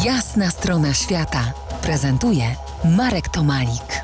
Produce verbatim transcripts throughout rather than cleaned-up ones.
Jasna strona świata prezentuje Marek Tomalik.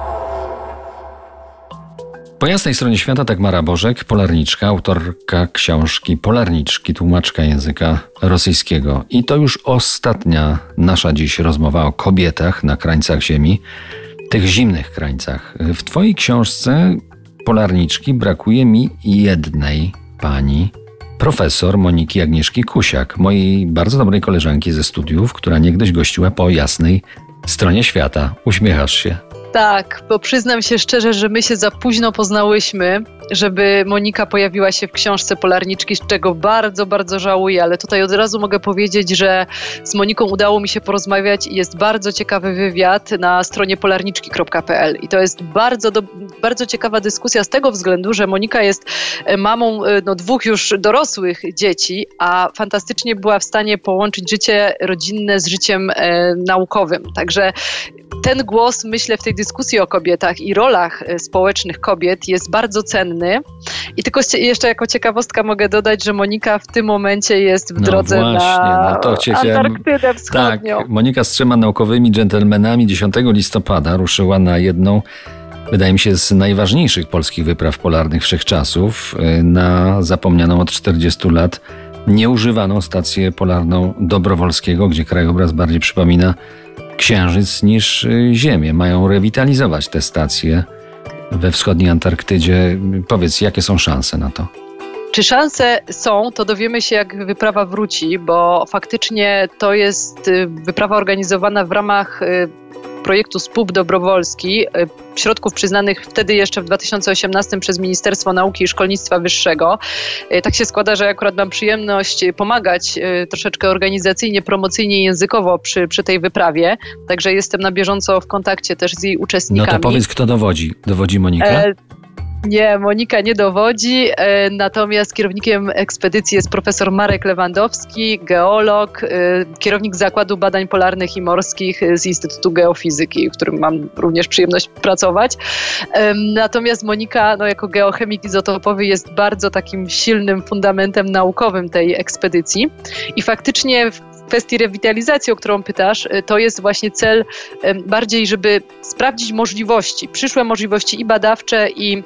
Po jasnej stronie świata Dagmara Bożek, polarniczka, autorka książki Polarniczki, tłumaczka języka rosyjskiego. I to już ostatnia nasza dziś rozmowa o kobietach na krańcach ziemi, tych zimnych krańcach. W twojej książce Polarniczki brakuje mi jednej pani, profesor Moniki Agnieszki Kusiak, mojej bardzo dobrej koleżanki ze studiów, która niegdyś gościła po jasnej stronie świata. Uśmiechasz się. Tak, bo przyznam się szczerze, że my się za późno poznałyśmy, żeby Monika pojawiła się w książce Polarniczki, z czego bardzo, bardzo żałuję, ale tutaj od razu mogę powiedzieć, że z Moniką udało mi się porozmawiać i jest bardzo ciekawy wywiad na stronie polarniczki kropka pe el i to jest bardzo, do, bardzo ciekawa dyskusja z tego względu, że Monika jest mamą no, dwóch już dorosłych dzieci, a fantastycznie była w stanie połączyć życie rodzinne z życiem e, naukowym, także ten głos, myślę, w tej dyskusji o kobietach i rolach społecznych kobiet jest bardzo cenny. I tylko jeszcze jako ciekawostka mogę dodać, że Monika w tym momencie jest w no drodze właśnie, na no to cię Antarktydę chciałem... Wschodnią. Tak, Monika z trzema naukowymi dżentelmenami dziesiątego listopada ruszyła na jedną, wydaje mi się, z najważniejszych polskich wypraw polarnych wszechczasów, na zapomnianą od czterdziestu lat nieużywaną stację polarną Dobrowolskiego, gdzie krajobraz bardziej przypomina Księżyc niż Ziemię. Mają rewitalizować tę stację we wschodniej Antarktydzie. Powiedz, jakie są szanse na to? Czy szanse są, to dowiemy się, jak wyprawa wróci, bo faktycznie to jest wyprawa organizowana w ramach projektu S P U B Dobrowolski, środków przyznanych wtedy jeszcze w dwa tysiące osiemnastym przez Ministerstwo Nauki i Szkolnictwa Wyższego. Tak się składa, że akurat mam przyjemność pomagać troszeczkę organizacyjnie, promocyjnie i językowo przy, przy tej wyprawie, także jestem na bieżąco w kontakcie też z jej uczestnikami. No to powiedz, kto dowodzi? Dowodzi Monika? E- Nie, Monika nie dowodzi, e, natomiast kierownikiem ekspedycji jest profesor Marek Lewandowski, geolog, e, kierownik Zakładu Badań Polarnych i Morskich z Instytutu Geofizyki, w którym mam również przyjemność pracować. E, natomiast Monika, no, jako geochemik izotopowy, jest bardzo takim silnym fundamentem naukowym tej ekspedycji i faktycznie w kwestii rewitalizacji, o którą pytasz, to jest właśnie cel bardziej, żeby sprawdzić możliwości, przyszłe możliwości i badawcze, i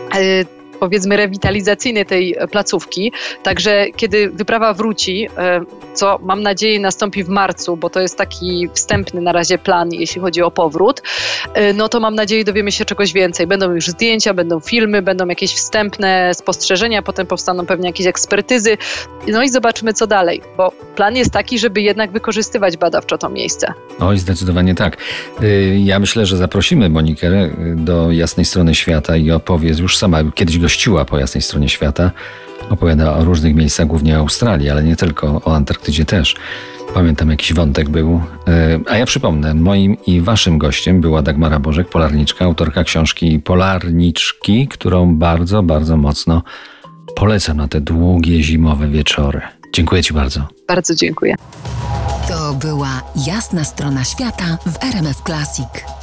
powiedzmy rewitalizacyjne tej placówki. Także kiedy wyprawa wróci, co mam nadzieję nastąpi w marcu, bo to jest taki wstępny na razie plan, jeśli chodzi o powrót, no to mam nadzieję dowiemy się czegoś więcej. Będą już zdjęcia, będą filmy, będą jakieś wstępne spostrzeżenia, potem powstaną pewnie jakieś ekspertyzy, no i zobaczymy co dalej, bo plan jest taki, żeby jednak wykorzystywać badawczo to miejsce. Oj, zdecydowanie tak. Ja myślę, że zaprosimy Monikę do jasnej strony świata i opowie, już sama kiedyś gościła po jasnej stronie świata, opowiada o różnych miejscach, głównie Australii, ale nie tylko, o Antarktydzie też. Pamiętam, jakiś wątek był. A ja przypomnę, moim i waszym gościem była Dagmara Bożek, polarniczka, autorka książki Polarniczki, którą bardzo, bardzo mocno polecam na te długie, zimowe wieczory. Dziękuję ci bardzo. Bardzo dziękuję. To była Jasna strona świata w R M F Classic.